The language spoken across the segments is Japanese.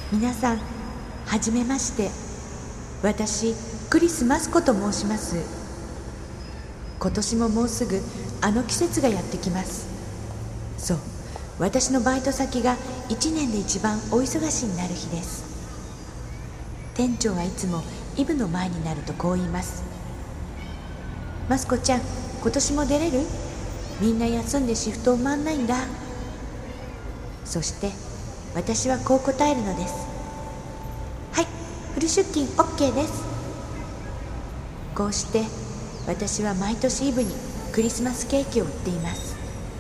皆さん、はじめまして。私、クリス・マスコと申します。今年ももうすぐあの季節がやってきます。そう、私のバイト先が1年で一番お忙しになる日です。店長はいつもイブの前になるとこう言います。マスコちゃん、今年も出れる？みんな休んでシフト埋まんないんだ。そして私はこう答えるのです。はい、フル出勤 OK です。こうして私は毎年イブにクリスマスケーキを売っています。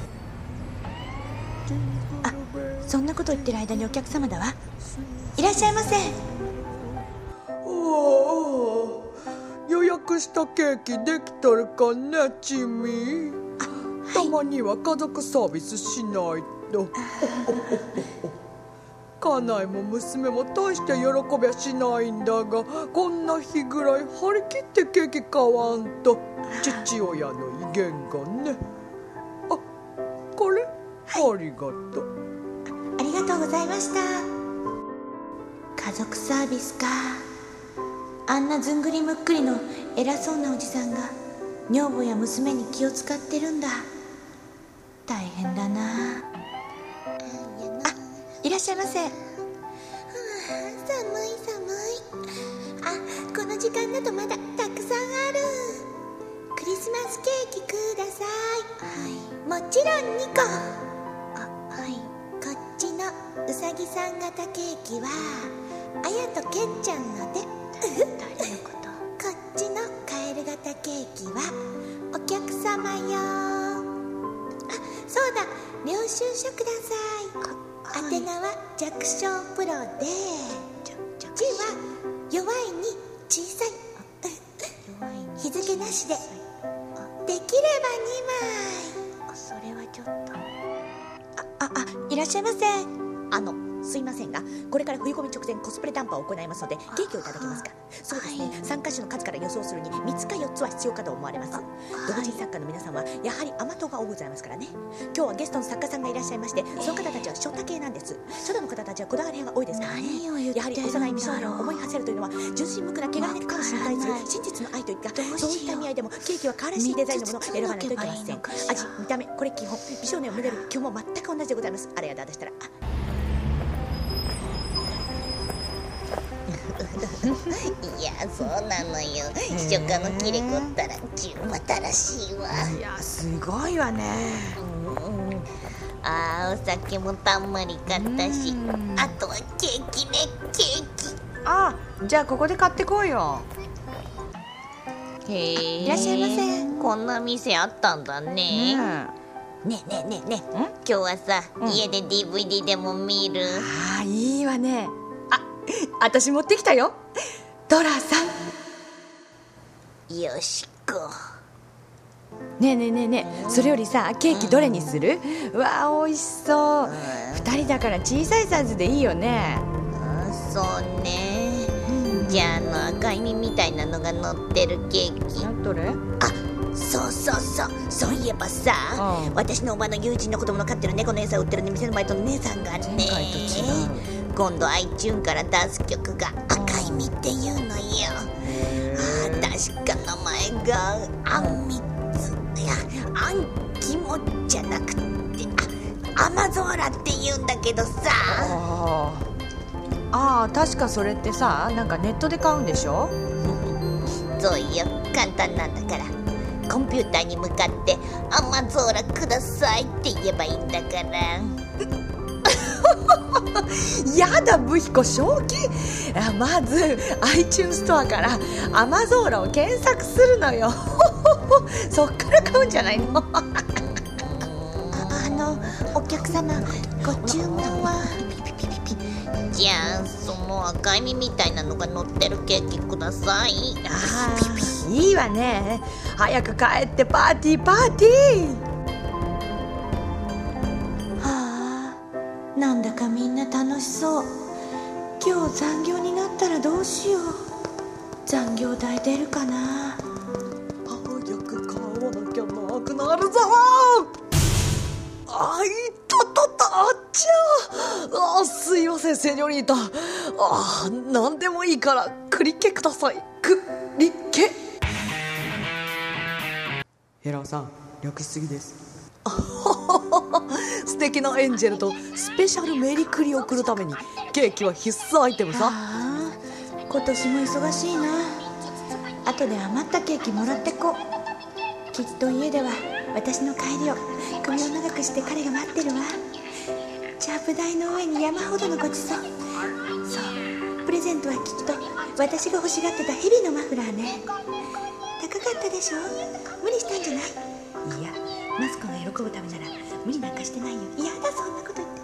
あ、そんなこと言ってる間にお客様だわ。いらっしゃいませ。 予約したケーキできとるかね、チミ。たまには家族サービスしないと。家内も娘も大して喜びゃしないんだが、こんな日ぐらい張り切ってケーキ買わんと父親の威厳がね。あ、これ、ありがとう。 ありがとうございました。家族サービスか。あんなずんぐりむっくりの偉そうなおじさんが女房や娘に気を使ってるんだ。大変だな。いらっしゃいませ。 寒い寒い。あ、この時間だとまだたくさんある。クリスマスケーキください。もちろん2個。はい。こっちのうさぎさん型ケーキはあやとけんちゃんので誰のこと？こっちのカエル型ケーキはお客様用。あ、そうだ、領収書ください。宛名は弱小プロで、字は弱いに小さい。日付なしでできれば2枚。 それはちょっと。いらっしゃいませ。 すいませんが、これから冬込み直前コスプレ談判を行いますのでケーキをいただけますか？そうですね、参加種の数から予想するに3つか4つは必要かと思われます。同人作家の皆さんはやはり甘党が多ございますからね。今日はゲストの作家さんがいらっしゃいまして、その方たちは初太系なんです。初太の方たちはこだわり派が多いですからね。やはり幼い未少年を思い馳せるというのは純真無垢な汚れなき彼氏に対する真実の愛といったそういった意味合いでも、ケーキは可愛らしいデザインのものを選ばないといけません。味、見た目、これ基本。美少年をめでる基本も全く同じでございます。あれやだでしたらいや、そうなのよ。秘書家のキレコったら十またらしいわ。 いや、すごいわね。 お酒もたんまり買ったし、あとはケーキね、ケーキ。 じゃあここで買ってこいよ。 へえ、 いらっしゃいませ。 こんな店あったんだね。ねえ今日はさ、家で DVD でも見る？ いいわね。私持ってきたよ、トラさん。 よしこ。 ねえ、それよりさ、ケーキどれにする？うわ、美味しそう。2人だから小さいサイズでいいよね。 そうね。じゃあ赤い実みたいなのが乗ってるケーキ。 どれ？ そういえばさ、私のおばの友人の子供の飼ってる猫の餌を売ってる店のバイトの姉さんがね、今度 iTunes から出す曲が赤い実っていうのよ。確か名前があんみつ、いや、あんきもじゃなくて、アマゾーラって言うんだけどさ。 確かそれってさ、なんかネットで買うんでしょ？ そうよ、簡単なんだから。コンピューターに向かってアマゾーラくださいって言えばいいんだから。 やだ、ブヒコ正気。まず iTunes ストアからアマゾーラを検索するのよ。そっから買うんじゃないの？ お客様、ご注文は？じゃあその赤い実みたいなのが乗ってるケーキください。 いいわね。早く帰ってパーティー。なんだかみんな楽しそう。今日残業になったらどうしよう。残業代出るかな。 早く買わなきゃなくなるぞ。あっちゃ。すいませんセニョリータ。何でもいいからクリケください。クリケ。 ヘラさん、略しすぎです。 素敵なエンジェルとスペシャルメリクリを送るためにケーキは必須アイテムさ。 ああ、今年も忙しいな。後で余ったケーキもらってこ。きっと家では私の帰りを首を長くして彼が待ってるわ。チャープ台の上に山ほどのごちそう。そう、プレゼントはきっと私が欲しがってたヘビのマフラーね。高かったでしょ。無理したんじゃない？いや、マスコが喜ぶためなら無理なんかしてないよ。いやだ、そんなこと言って。